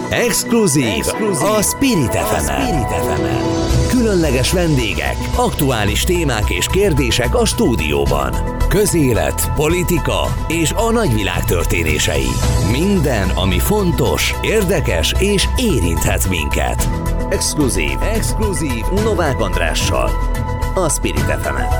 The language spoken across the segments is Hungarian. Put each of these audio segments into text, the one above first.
Exkluzív a Spirit FM-en. Különleges vendégek, aktuális témák és kérdések a stúdióban. Közélet, politika és a nagyvilág történései. Minden, ami fontos, érdekes és érinthet minket. Exkluzív Novák Andrással. A Spirit FM-en.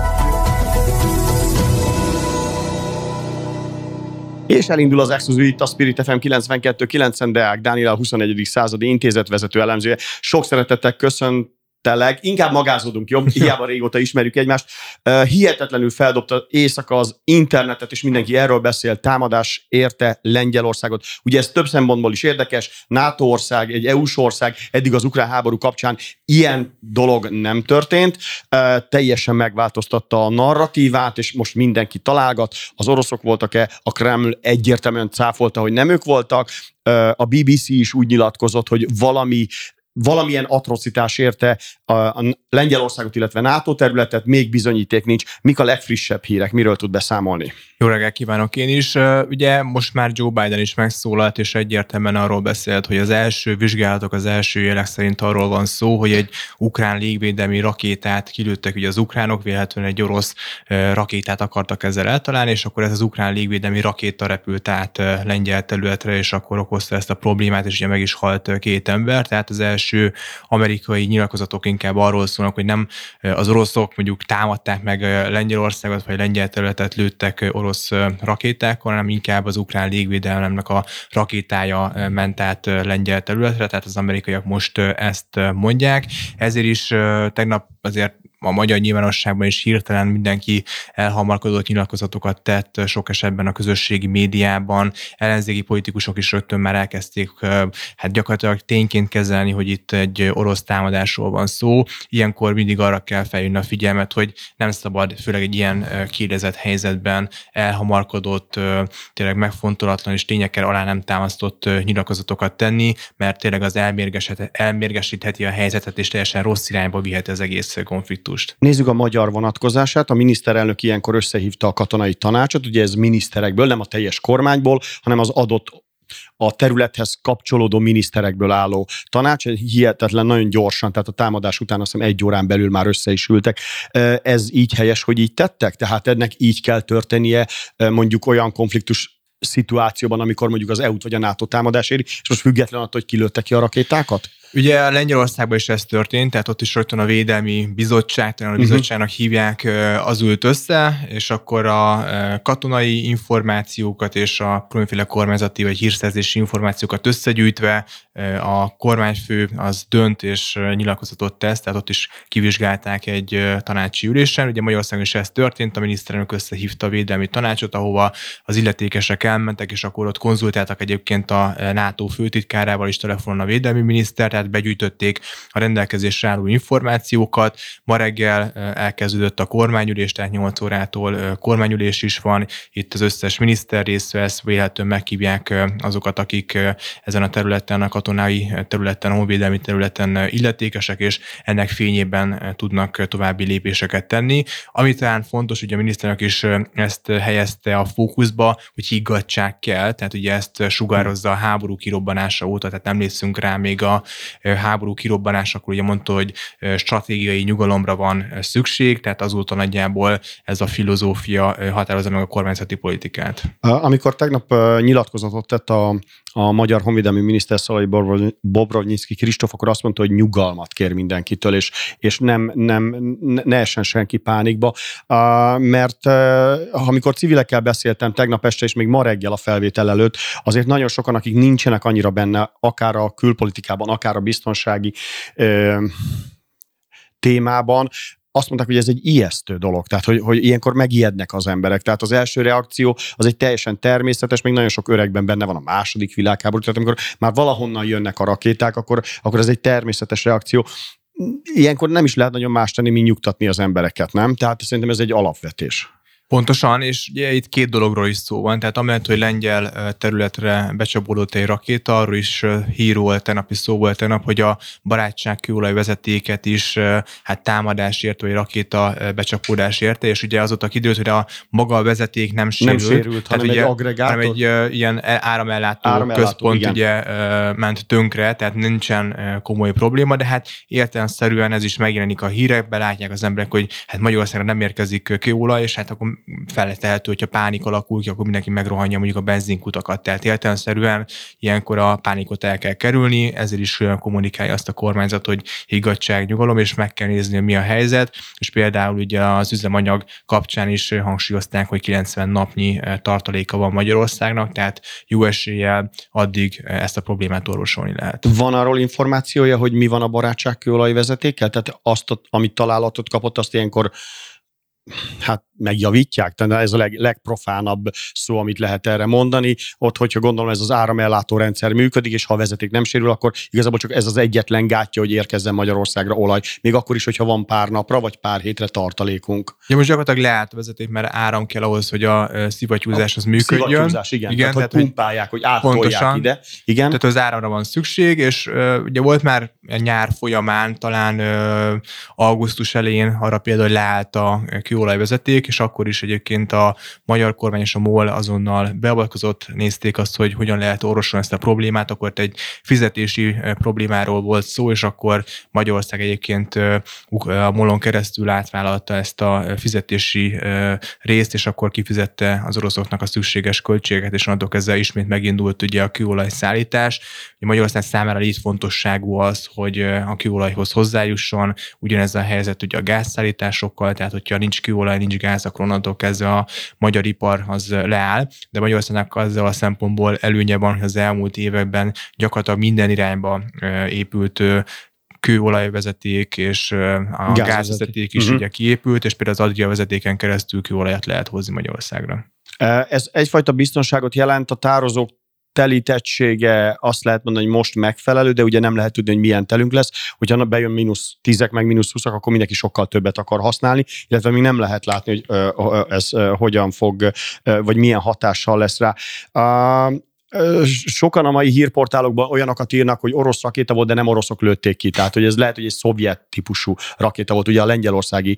És elindul az Exkluzív itt a Spirit FM 92.9-en, Deák Dániel, a 21. századi intézetvezető elemzője. Sok szeretettel köszöntelek, inkább magázódunk, jobb, hiába régóta ismerjük egymást. Hihetetlenül feldobta éjszaka az internetet, és mindenki erről beszél, támadás érte Lengyelországot. Ugye ez több szempontból is érdekes, NATO ország, egy EU-s ország, eddig az ukrán háború kapcsán ilyen dolog nem történt. Teljesen megváltoztatta a narratívát, és most mindenki találgat. Az oroszok voltak-e? A Kreml egyértelműen cáfolta, hogy nem ők voltak. A BBC is úgy nyilatkozott, hogy valamilyen atrocitás érte a Lengyelországot, illetve NATO területet, még bizonyíték nincs. Mik a legfrissebb hírek? Miről tud beszámolni? Jó reggelt kívánok én is. Ugye most már Joe Biden is megszólalt, és egyértelműen arról beszélt, hogy az első vizsgálatok, az első jelek szerint arról van szó, hogy egy ukrán légvédelmi rakétát kilőttek ugye az ukránok, véletlenül egy orosz rakétát akartak ezzel eltalálni, és akkor ez az ukrán légvédelmi rakéta repült át lengyel területre, és akkor okozta ezt a problémát, és ugye meg is halt két ember. Tehát az első amerikai nyilatkozatok inkább arról szólnak, hogy nem az oroszok mondjuk támadták meg Lengyelországot, vagy lengyel területet lőttek orosz rakétákkal, hanem inkább az ukrán légvédelemnek a rakétája ment át lengyel területre, tehát az amerikaiak most ezt mondják. Ezért is tegnap azért a magyar nyilvánosságban is hirtelen mindenki elhamarkodott nyilatkozatokat tett, sok esetben a közösségi médiában, ellenzéki politikusok is rögtön már elkezdték hát gyakorlatilag tényként kezelni, hogy itt egy orosz támadásról van szó. Ilyenkor mindig arra kell felhívni a figyelmet, hogy nem szabad, főleg egy ilyen kérdezett helyzetben elhamarkodott, tényleg megfontolatlan és tényekkel alá nem támasztott nyilatkozatokat tenni, mert tényleg az elmérgesítheti a helyzetet, és teljesen rossz irányba viheti az egész konfliktust. Nézzük a magyar vonatkozását. A miniszterelnök ilyenkor összehívta a katonai tanácsot, ugye ez miniszterekből, nem a teljes kormányból, hanem az adott a területhez kapcsolódó miniszterekből álló tanács, hihetetlen, nagyon gyorsan, tehát a támadás után azt hiszem 1 órán belül már össze is ültek. Ez így helyes, hogy így tettek? Tehát ennek így kell történnie mondjuk olyan konfliktus szituációban, amikor mondjuk az EU-t vagy a NATO támadás éri, és most független attól, hogy kilőttek ki a rakétákat? Ugye Lengyelországban is ez történt, tehát ott is rögtön a Védelmi Bizottság, talán a bizottságnak hívják, az ült össze, és akkor a katonai információkat és a különféle kormányzati vagy hírszerzési információkat összegyűjtve a kormányfő az dönt és nyilatkozatot tesz, tehát ott is kivizsgálták egy tanácsi ülésen. Ugye Magyarországon is ez történt, a miniszterelnök összehívta a Védelmi Tanácsot, ahova az illetékesek elmentek, és akkor ott konzultáltak egyébként a NATO főtitkárával is telefonon a védelmi miniszter, tehát begyűjtötték a rendelkezésre álló információkat. Ma reggel elkezdődött a kormányülés, tehát 8 órától kormányülés is van. Itt az összes miniszter részt vesz, véletlenül meghívják azokat, akik ezen a területen, a katonai területen, a honvédelmi területen illetékesek, és ennek fényében tudnak további lépéseket tenni. Ami talán fontos, hogy a miniszterelnök is ezt helyezte a fókuszba, hogy higgadtság kell, tehát ugye ezt sugározza a háború kirobbanása óta, tehát emlékszünk rá még a háború kirobbanásakor, ugye mondta, hogy stratégiai nyugalomra van szükség, tehát azóta nagyjából ez a filozófia határozza meg a kormányzati politikát. Amikor tegnap nyilatkozatot tett a magyar honvédelmi miniszter Szalai Bobrovnyicki Kristóf, akkor azt mondta, hogy nyugalmat kér mindenkitől, és ne essen senki pánikba, mert amikor civilekkel beszéltem tegnap este, és még ma reggel a felvétel előtt, azért nagyon sokan, akik nincsenek annyira benne, akár a külpolitikában, akár a biztonsági témában, azt mondták, hogy ez egy ijesztő dolog, tehát hogy ilyenkor megijednek az emberek. Tehát az első reakció az egy teljesen természetes, még nagyon sok öregben benne van a második világháború, tehát amikor már valahonnan jönnek a rakéták, akkor ez egy természetes reakció. Ilyenkor nem is lehet nagyon más tenni, mint nyugtatni az embereket, nem? Tehát szerintem ez egy alapvetés. Pontosan, és ugye itt két dologról is szó van, tehát amellett, hogy lengyel területre becsapódott egy rakéta, arról is hír volt, tegnapi szó volt tegnap, hogy a barátság kőolajvezetéket is hát támadás érte, vagy rakéta becsapódás érte, és ugye azóta kiderült, hogy a maga a vezeték nem sérült, hanem ugye, egy agregátor. Hanem egy ilyen áramellátó központ igen. Ugye ment tönkre, tehát nincsen komoly probléma, de hát értelemszerűen ez is megjelenik a hírekben, látják az emberek, hogy hát Magyarországra nem érkezik kőolaj, és hát akkor feltehető, hogyha pánik alakul ki, akkor mindenki megrohanja mondjuk a benzinkutakat. Tehát értelemszerűen ilyenkor a pánikot el kell kerülni, ezért is kommunikálja azt a kormányzat, hogy higgadtság, nyugalom, és meg kell nézni, mi a helyzet, és például ugye az üzemanyag kapcsán is hangsúlyozták, hogy 90 napnyi tartaléka van Magyarországnak, tehát jó eséllyel addig ezt a problémát orvosolni lehet. Van arról információja, hogy mi van a barátság kőolajvezetékkel? Tehát azt, amit találatot kapott, azt ilyenkor hát megjavítják, tehát ez a legprofánabb szó, amit lehet erre mondani. Ott, hogyha gondolom ez az áramellátó rendszer működik, és ha a vezeték nem sérül, akkor igazából csak ez az egyetlen gátja, hogy érkezzen Magyarországra olaj. Még akkor is, hogyha van pár napra, vagy pár hétre tartalékunk. Ja, most gyakorlatilag leállt a vezeték, mert áram kell ahhoz, hogy a szivattyúzás az működjön. Szivattyúzás, igen. Tehát, hogy pumpálják, hogy áttolják ide. Igen. Tehát az áramra van szükség, és ugye volt már nyár folyamán, talán augusztus elején arra például leállt a kőolajvezeték, és akkor is egyébként a magyar kormány és a MOL azonnal beavatkozott, nézték azt, hogy hogyan lehet orvosolni ezt a problémát, akkor egy fizetési problémáról volt szó, és akkor Magyarország egyébként a MOL-on keresztül átvállalta ezt a fizetési részt, és akkor kifizette az oroszoknak a szükséges költségeket, és onnantól kezdve ismét megindult ugye a kőolaj szállítás. Magyarország számára létfontosságú az, hogy a kőolajhoz hozzájusson, ugyanez a helyzet ugye a gázszállításokkal, tehát hogyha nincs kőolaj, nincs gáz, akkor onnantól kezdve a magyar ipar az leáll, de Magyarországnak azzal a szempontból előnye van, hogy az elmúlt években gyakorlatilag minden irányba épült kőolajvezeték és a gázvezeték is ugye kiépült, és például az Adria vezetéken keresztül kőolajat lehet hozni Magyarországra. Ez egyfajta biztonságot jelent, a tározók telítettsége, azt lehet mondani, hogy most megfelelő, de ugye nem lehet tudni, hogy milyen telünk lesz. Hogyha bejön -10-ek, meg -20-ak, akkor mindenki sokkal többet akar használni, illetve még nem lehet látni, hogy ez hogyan fog, vagy milyen hatással lesz rá. Sokan a mai hírportálokban olyanokat írnak, hogy orosz rakéta volt, de nem oroszok lőtték ki. Tehát, hogy ez lehet, hogy egy szovjet típusú rakéta volt. Ugye a lengyelországi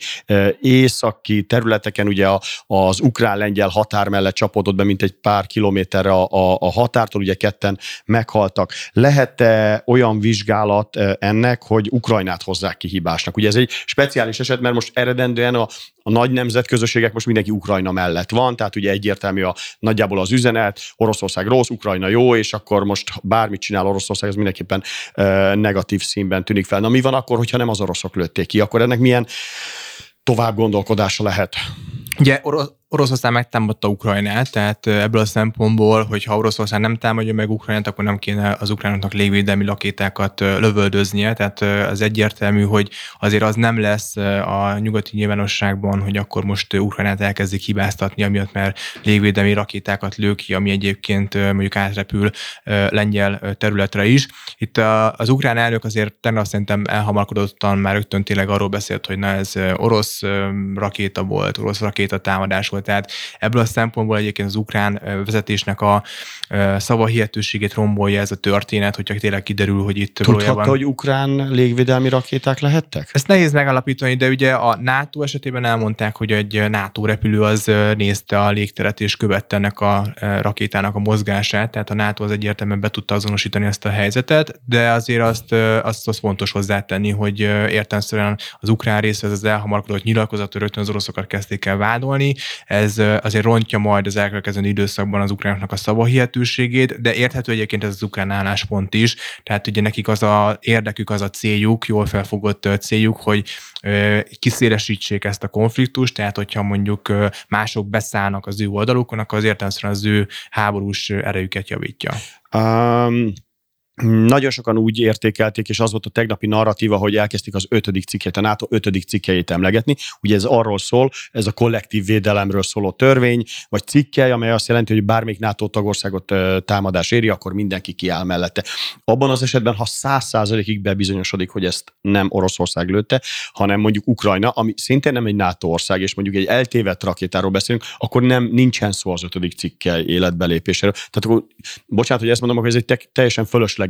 északi területeken ugye az ukrán-lengyel határ mellett csapódott be, mint egy pár kilométerre a határtól, ugye ketten meghaltak. Lehet-e olyan vizsgálat ennek, hogy Ukrajnát hozzák ki hibásnak? Ugye ez egy speciális eset, mert most eredendően a nagy nemzetközösségek most mindenki Ukrajna mellett van, tehát ugye egyértelmű nagyjából az üzenet, Oroszország rossz, Ukrajna jó, és akkor most bármit csinál Oroszország, az mindenképpen negatív színben tűnik fel. Na mi van akkor, hogyha nem az oroszok lőtték ki? Akkor ennek milyen tovább gondolkodása lehet? Ugye Oroszország megtámadta Ukrajnát, tehát ebből a szempontból, hogy ha Oroszország nem támadja meg Ukrajnát, akkor nem kéne az ukránoknak légvédelmi rakétákat lövöldöznie, tehát az egyértelmű, hogy azért az nem lesz a nyugati nyilvánosságban, hogy akkor most Ukrajnát elkezdik hibáztatni, amiatt mert légvédelmi rakétákat lő ki, ami egyébként mondjuk átrepül lengyel területre is. Itt az ukrán elnök azért tegnap szerintem elhamarkodottan már rögtön tényleg arról beszélt, hogy na ez orosz rakéta volt, orosz rakétatámadás volt. Tehát ebből a szempontból egyébként az ukrán vezetésnek a szavahihetőségét rombolja ez a történet, hogyha tényleg kiderül, hogy itt valójában... hogy ukrán légvédelmi rakéták lehettek? Ezt nehéz megállapítani, de ugye a NATO esetében elmondták, hogy egy NATO repülő az nézte a légteret és követte ennek a rakétának a mozgását, tehát a NATO az egyértelműen be tudta azonosítani ezt a helyzetet, de azért azt fontos hozzátenni, hogy értelemszerűen az ukrán rész az elhamarkodott nyilatkozat, hogy rögtön az oroszokat kezdték el vádolni. Ez azért rontja majd az elkövetkező időszakban az ukránoknak a szavahihetőségét, de érthető egyébként ez az ukrán álláspont is, tehát ugye nekik az a érdekük, az a céljuk, jól felfogott céljuk, hogy kiszélesítsék ezt a konfliktust, tehát hogyha mondjuk mások beszállnak az ő oldalukon, akkor az értelemszerűen az ő háborús erejüket javítja. nagyon sokan úgy értékelték, és az volt a tegnapi narratíva, hogy elkezdték az 5. cikket, a NATO 5. cikkelyét emlegetni. Ugye ez arról szól, ez a kollektív védelemről szóló törvény, vagy cikkely, amely azt jelenti, hogy bármelyik NATO tagországot támadás éri, akkor mindenki kiáll mellette. Abban az esetben, ha 100%-ig bebizonyosodik, hogy ezt nem Oroszország lőtte, hanem mondjuk Ukrajna, ami szintén nem egy NATO ország, és mondjuk egy eltévedt rakétáról beszélünk, akkor nincsen szó az 5. cikkely életbelépéséről. Tehát akkor, bocsánat, hogy ezt mondom, hogy ez egy teljesen fölösleges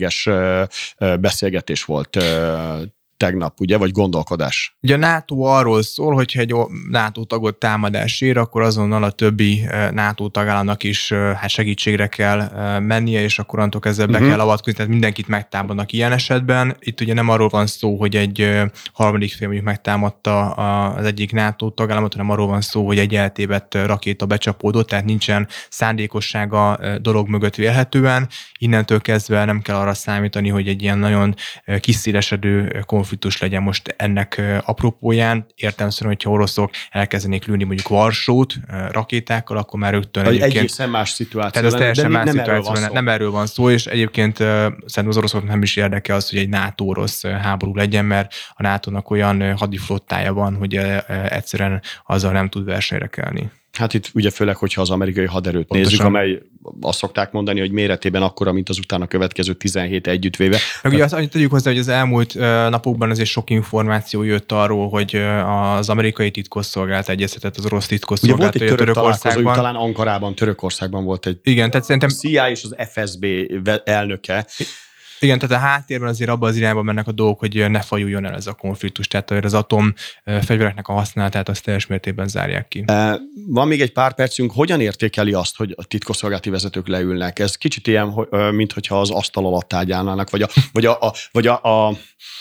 beszélgetés volt tegnap, ugye, vagy gondolkodás. Ugye a NATO arról szól, hogyha egy NATO tagot támadás ér, akkor azonnal a többi NATO tagállamnak is segítségre kell mennie, és akkor onnantól kezdve be kell avatkozni, tehát mindenkit megtámadnak ilyen esetben. Itt ugye nem arról van szó, hogy egy harmadik fél mondjuk megtámadta az egyik NATO tagállamot, hanem arról van szó, hogy egy eltévedt rakéta becsapódott, tehát nincsen szándékossága dolog mögött vélhetően. Innentől kezdve nem kell arra számítani, hogy egy ilyen nagyon kiszélesedő konfliktus legyen most ennek apropóján. Értelemszerűen, hogyha oroszok elkezdenék lőni mondjuk Varsót rakétákkal, akkor már rögtön egyébként... Egészen más szituáció. Tehát ez teljesen más szituáció, nem erről van szó, és egyébként szerintem az oroszoknak nem is érdeke az, hogy egy NATO-orosz háború legyen, mert a NATO-nak olyan hadiflottája van, hogy egyszerűen azzal nem tud versenyre kelni. Hát itt ugye főleg, hogyha az amerikai haderőt pontosan nézzük, amely azt szokták mondani, hogy méretében akkora, mint az utána következő 17 együttvéve. Meg ugye azt annyit tegyük hozzá, hogy az elmúlt napokban azért sok információ jött arról, hogy az amerikai titkosszolgálat egyeztetett az orosz titkosszolgálat. Ugye volt egy török találkozó, talán Ankarában, Törökországban volt egy. Igen, tehát szerintem... A CIA és az FSB elnöke. Igen, tehát a háttérben azért abban az irányban mennek a dolgok, hogy ne fajuljon el ez a konfliktus, tehát az atomfegyvereknek a használatát azt teljes mértékben zárják ki. Van még egy pár percünk, hogyan értékeli azt, hogy a titkosszolgálati vezetők leülnek? Ez kicsit ilyen, mintha az asztal alatt tárgyalnának, vagy a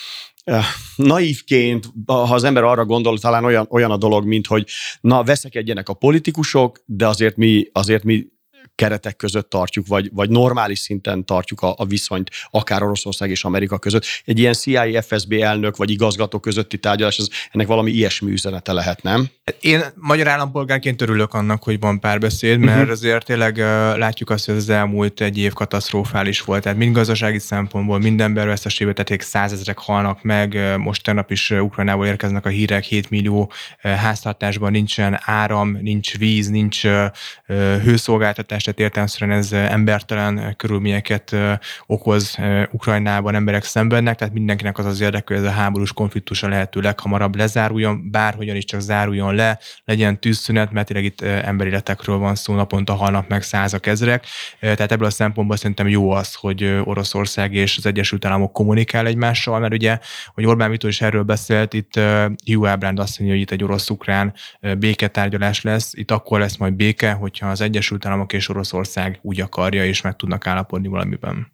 naívként, ha az ember arra gondol, talán olyan a dolog, mint hogy veszekedjenek a politikusok, de azért mi keretek között tartjuk, vagy normális szinten tartjuk a viszonyt, akár Oroszország és Amerika között. Egy ilyen CIA, FSB elnök vagy igazgató közötti tárgyalás, ennek valami ilyesmi üzenete lehet, nem? Én magyar állampolgárként örülök annak, hogy van párbeszéd, mert azért tényleg látjuk azt, hogy az elmúlt egy év katasztrofális volt. Tehát mind gazdasági szempontból, mind emberveszteségben, tehát 100 000 halnak meg. Most tegnap is Ukrajnából érkeznek a hírek, 7 millió háztartásban nincsen áram, nincs víz, nincs hőszolgáltatás, tehát értelemszerűen ez embertelen körülményeket okoz Ukrajnában, emberek szenvednek, tehát mindenkinek az érdeke, hogy ez a háborús konfliktus a lehető leghamarabb lezáruljon, bárhogyan is csak záruljon le, legyen tűzszünet, mert tényleg itt emberéletekről van szó, naponta halnak meg százak, ezrek. Tehát ebből a szempontból szerintem jó az, hogy Oroszország és az Egyesült Államok kommunikál egymással, mert ugye, hogy Orbán Viktor is erről beszélt, itt Hugh Ábránd azt mondja, hogy itt egy orosz-ukrán béketárgyalás lesz, itt akkor lesz majd béke, hogyha az Egyesült Államok és Oroszország úgy akarja, és meg tudnak állapodni valamiben.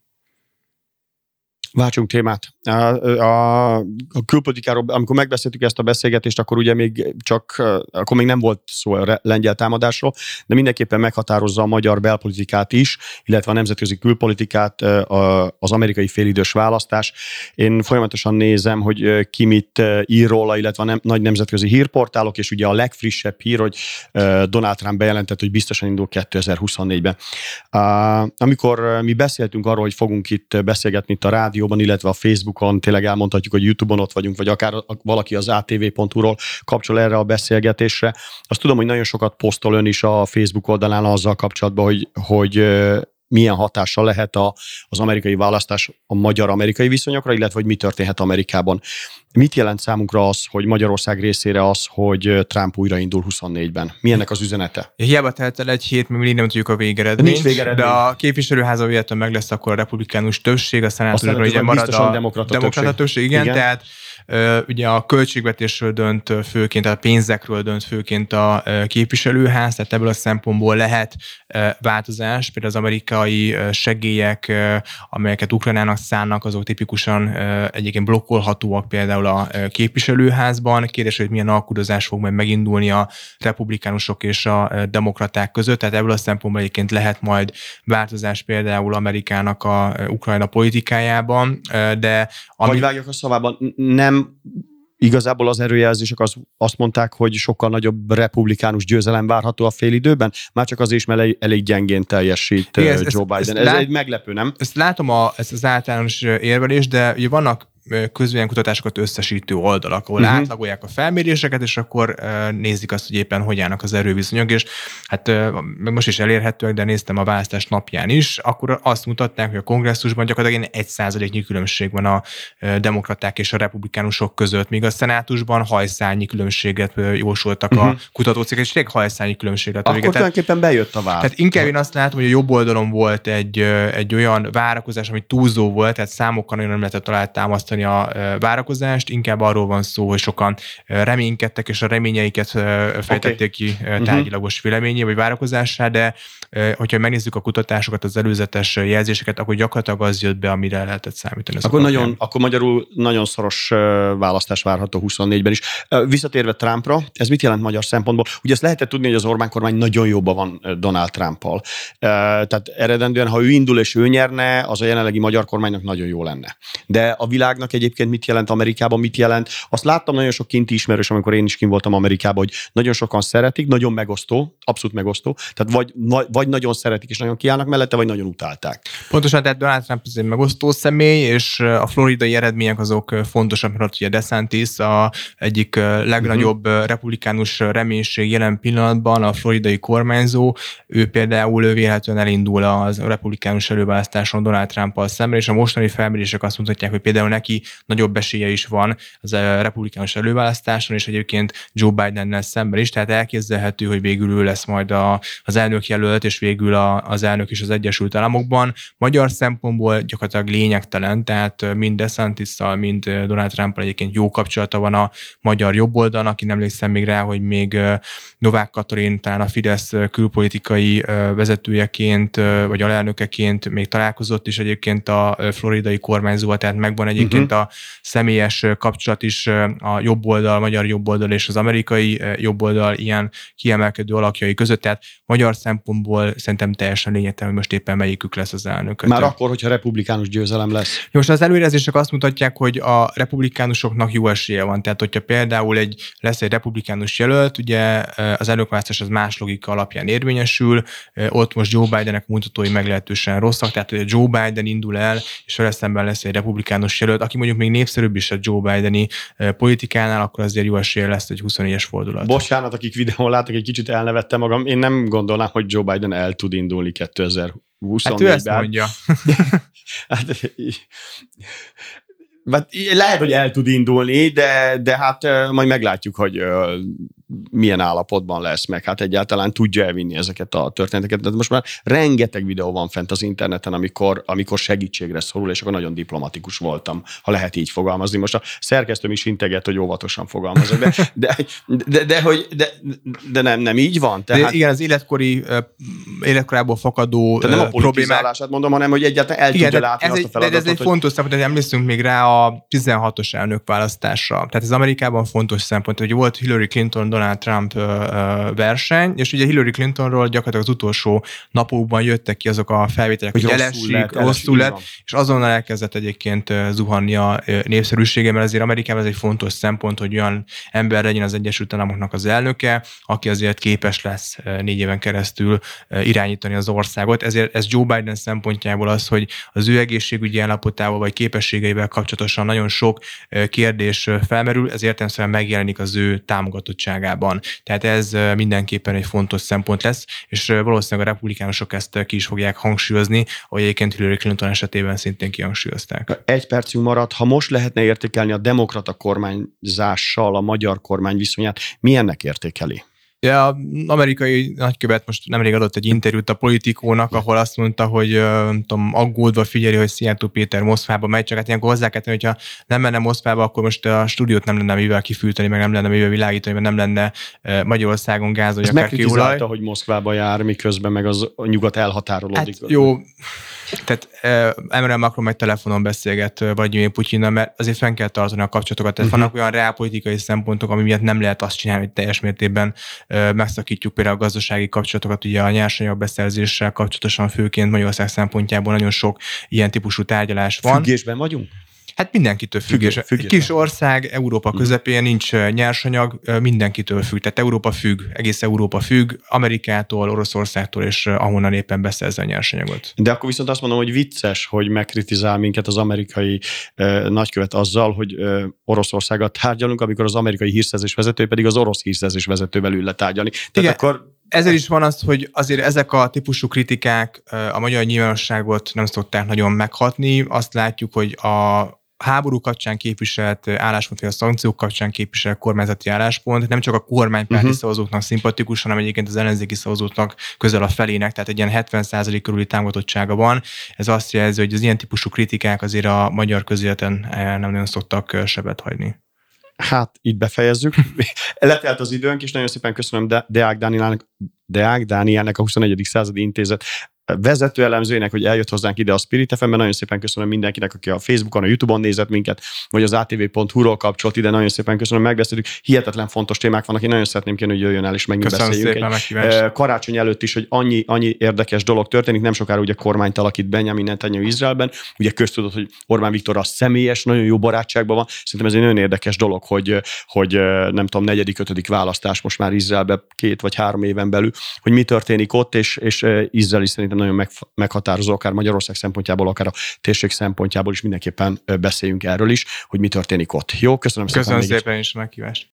Váltsunk témát. A külpolitikáról, amikor megbeszéltük ezt a beszélgetést, akkor ugye akkor még nem volt szó a lengyel támadásról, de mindenképpen meghatározza a magyar belpolitikát is, illetve a nemzetközi külpolitikát az amerikai félidős választás. Én folyamatosan nézem, hogy ki mit ír róla, illetve a nagy nemzetközi hírportálok, és ugye a legfrissebb hír, hogy Donald Trump bejelentett, hogy biztosan indul 2024-ben. Amikor mi beszéltünk arról, hogy fogunk itt beszélgetni itt a rádióban, illetve a Facebookon, tényleg elmondhatjuk, hogy YouTube-on ott vagyunk, vagy akár valaki az atv.hu-ról kapcsol erre a beszélgetésre. Azt tudom, hogy nagyon sokat posztol ön is a Facebook oldalán azzal kapcsolatban, hogy milyen hatással lehet az amerikai választás a magyar-amerikai viszonyokra, illetve hogy mi történhet Amerikában. Mit jelent számunkra az, hogy Magyarország részére az, hogy Trump újraindul 24-ben? Mi ennek az üzenete? Hiába telt el egy hét, még mindig nem tudjuk a végeredményt, de a képviselőházon véletlenül meg lesz akkor a republikánus többség, a szenátusban ugye marad a demokrata többség. Igen, tehát ugye a költségvetésről dönt főként, tehát a pénzekről dönt főként a képviselőház, tehát ebből a szempontból lehet változás. Például az amerikai segélyek, amelyeket Ukrajnának szánnak, azok tipikusan egyébként blokkolhatóak például a képviselőházban. Kérdés, hogy milyen alkudozás fog majd megindulni a republikánusok és a demokraták között, tehát ebből a szempontból egyébként lehet majd változás például Amerikának a Ukrajna politikájában, de... Hogy vágjak a szavában, igazából az erőjelzések azt mondták, hogy sokkal nagyobb republikánus győzelem várható a félidőben, már csak azért is, mert elég gyengén teljesít Joe Biden. Ez egy meglepő, nem? Ezt látom, ezt az általános érvelést, de ugye vannak közvéleménykutatásokat összesítő oldalak, ahol átlagolják a felméréseket, és akkor nézik azt, hogy éppen hogy állnak az erőviszonyok, és hát most is elérhetőek, de néztem a választás napján is, akkor azt mutatták, hogy a kongresszusban gyakorlatilag 1%-nyi különbség van a demokraták és a republikánusok között, míg a szenátusban hajszálnyi különbséget jósoltak a kutatócégek, és tényleg hajszálnyi különbség lett. Akkor tulajdonképpen bejött a vár. Tehát inkább én azt látom, hogy a jobb oldalon volt egy olyan várakozás, ami túlzó volt, tehát számokkal nagyon nem lehetett találni támasztani a várakozást, inkább arról van szó, hogy sokan reménykedtek, és a reményeiket fejtették ki tárgyilagos véleményé, vagy várakozássá, de hogyha megnézzük a kutatásokat, az előzetes jelzéseket, akkor gyakorlatilag az jött be, amire lehetett számítani. Akkor magyarul nagyon szoros választás várható 24-ben is. Visszatérve Trumpra, ez mit jelent magyar szempontból? Ugye ezt lehetett tudni, hogy az Orbán kormány nagyon jobban van Donald Trumpal. Tehát eredendően, ha ő indul és ő nyerne, az a jelenlegi magyar kormánynak nagyon jó lenne. De a világnak egyébként mit jelent Amerikában, mit jelent? Azt láttam nagyon sok kinti ismerős, amikor én is kint voltam Amerikában, hogy nagyon sokan szeretik, nagyon megosztó, abszolút megosztó. Tehát vagy nagyon szeretik és nagyon kiállnak mellette, vagy nagyon utálták. Pontosan, tehát Donald Trump az egy megosztó személy, és a floridai eredmények azok fontosak, mert ugye DeSantis egyik legnagyobb republikánus reménység jelen pillanatban, a floridai kormányzó, ő például vélhetően elindul az republikánus előválasztáson Donald Trumpal szemben, és a mostani felmérések azt mutatják, hogy például neki nagyobb esélye is van az a republikánus előválasztáson, és egyébként Joe Bidennel szemben is, tehát elképzelhető, hogy végül ő lesz majd az elnök jelölt, és végül az elnök is az Egyesült Államokban. Magyar szempontból gyakorlatilag lényegtelen, tehát mind DeSantisszal, mind Donald Trumpal egyébként jó kapcsolata van a magyar jobboldalnak, aki nem emlékszem még rá, hogy még Novák Katalin talán a Fidesz külpolitikai vezetőjeként, vagy alelnökeként még találkozott is egyébként a floridai kormányzóval, tehát megvan egyébként a személyes kapcsolat is a jobboldal, magyar jobboldal és az amerikai jobboldal ilyen kiemelkedő alakjai között, tehát magyar szempontból szerintem teljesen lényegtelen, hogy most éppen melyikük lesz az elnök. Már akkor, hogyha republikánus győzelem lesz. Most az előrejelzések azt mutatják, hogy a republikánusoknak jó esélye van, tehát hogyha például lesz egy republikánus jelölt, ugye az elnökválasztás az más logika alapján érvényesül, ott most Joe Bidennek mutatói meglehetősen rosszak, tehát hogy Joe Biden indul el, és vele szemben lesz egy republikánus jelölt, aki mondjuk még népszerűbb is a Joe Bideni politikánál, akkor azért jó esélye lesz egy 24-es fordulat. Bocsánat, akik videón láttak, egy kicsit elnevettem magam. Én nem gondolnám, hogy Joe Biden el tud indulni 2024-ben. Hát ő ezt mondja. Lehet, hogy el tud indulni, de hát majd meglátjuk, hogy milyen állapotban lesz, meg hát egyáltalán tudja elvinni ezeket a történeteket. De most már rengeteg videó van fent az interneten, amikor segítségre szorul, és akkor nagyon diplomatikus voltam, ha lehet így fogalmazni. Most a szerkesztőm is integet, hogy óvatosan fogalmazok, de nem így van. Tehát... De igen, az életkorából fakadó nem a politizálását mondom, hanem hogy egyáltalán el tudja látni azt a feladatot. De ez egy fontos szempont, hogy emlékszünk még rá a 16-os elnökválasztásra. Tehát ez Amerikában fontos szempont, hogy volt Hillary Clinton, Donald Trump verseny, és ugye Hillary Clintonról gyakorlatilag az utolsó napokban jöttek ki azok a felvételek, hogy elesik, rosszul lett, és azonnal elkezdett egyébként zuhanni a népszerűsége, mert azért Amerikában ez egy fontos szempont, hogy olyan ember legyen az Egyesült Államoknak az elnöke, aki azért képes lesz 4 éven keresztül irányítani az országot. Ezért ez Joe Biden szempontjából az, hogy az ő egészségügyi állapotával vagy képességeivel kapcsolatosan nagyon sok kérdés felmerül, ezért értelemszerűen megjelenik az ő támogatottságában. Tehát ez mindenképpen egy fontos szempont lesz, és valószínűleg a republikánusok ezt ki is fogják hangsúlyozni, ahogy egyébként Hillary Clinton esetében szintén kihangsúlyozták. 1 percünk maradt, ha most lehetne értékelni a demokrata kormányzással a magyar kormány viszonyát, milyennek értékeli? Ja, amerikai nagykövet most nemrég adott egy interjút a Politikónak, ahol azt mondta, hogy aggódva figyeli, hogy Szijjártó Péter Moszkvába megy, csak hát ilyenkor hozzá kell tenni, hogyha nem menne Moszkvába, akkor most a stúdiót nem lenne mivel kifűteni, meg nem lenne mivel világítani, mert nem lenne Magyarországon gáz, vagy akár kőolaj. Megkritizálta, hogy Moszkvába jár, miközben meg a nyugat elhatárolódik. Hát jó, tehát Emmanuel Macron meg telefonon beszélget Vladimir Putyinnal, mert azért fenn kell tartani a kapcsolatokat. Tehát vannak olyan reálpolitikai szempontok, ami miatt nem lehet azt csinálni, hogy teljes mértékben megszakítjuk például a gazdasági kapcsolatokat, ugye a nyersanyag beszerzéssel kapcsolatosan főként Magyarország szempontjából nagyon sok ilyen típusú tárgyalás van. Függésben vagyunk? Hát mindenkitől függ. Kis ország, Európa közepén nincs nyersanyag, mindenkitől függ. Tehát Európa függ, egész Európa függ, Amerikától, Oroszországtól, és ahonnan éppen beszerzi a nyersanyagot. De akkor viszont azt mondom, hogy vicces, hogy megkritizál minket az amerikai nagykövet azzal, hogy Oroszországgal tárgyalunk, amikor az amerikai hírszerzés vezető pedig az orosz hírszerzés vezetővel ül le tárgyalni. Tehát akkor ezzel is van az, hogy azért ezek a típusú kritikák a magyar nyilvánosságot nem szokták nagyon meghatni. Azt látjuk, hogy a háború kapcsán képviselt álláspont, vagy a szankciók kapcsán képviselt kormányzati álláspont nem csak a kormánypárti szavazóknak szimpatikus, hanem egyébként az ellenzéki szavazóknak közel a felének, tehát egy ilyen 70% körüli támogatottsága van. Ez azt jelzi, hogy az ilyen típusú kritikák azért a magyar közéleten nem nagyon szoktak sebet hagyni. Hát, így befejezzük. Letelt az időnk, és nagyon szépen köszönöm Deák Dánielnek, a 21. századi intézet vezető elemzőjének, hogy eljött hozzánk ide a Spirit FM-ben. Nagyon szépen köszönöm mindenkinek, aki a Facebookon, a YouTube-on nézett minket, vagy az atv.hu-ról kapcsolt ide. Nagyon szépen köszönöm, megbeszéltük. Hihetetlen fontos témák vannak, én nagyon szeretném kérni, hogy jöjjön el, és megint beszéljünk egy karácsony előtt is, hogy annyi érdekes dolog történik. Nem sokára ugye kormányt alakít Benjamin Netanyahu Izraelben. Ugye köztudott, hogy Orbán Viktor az személyes, nagyon jó barátságban van. Szerintem ez egy nagyon érdekes dolog, hogy nem tudom, 4.-5. választás most már Izraelben 2 vagy 3 éven belül, hogy mi történik ott, és Izrael is szerintem nagyon meghatározó, akár Magyarország szempontjából, akár a térség szempontjából is mindenképpen beszéljünk erről is, hogy mi történik ott. Jó, köszönöm szépen. Köszönöm szépen is a meghívást.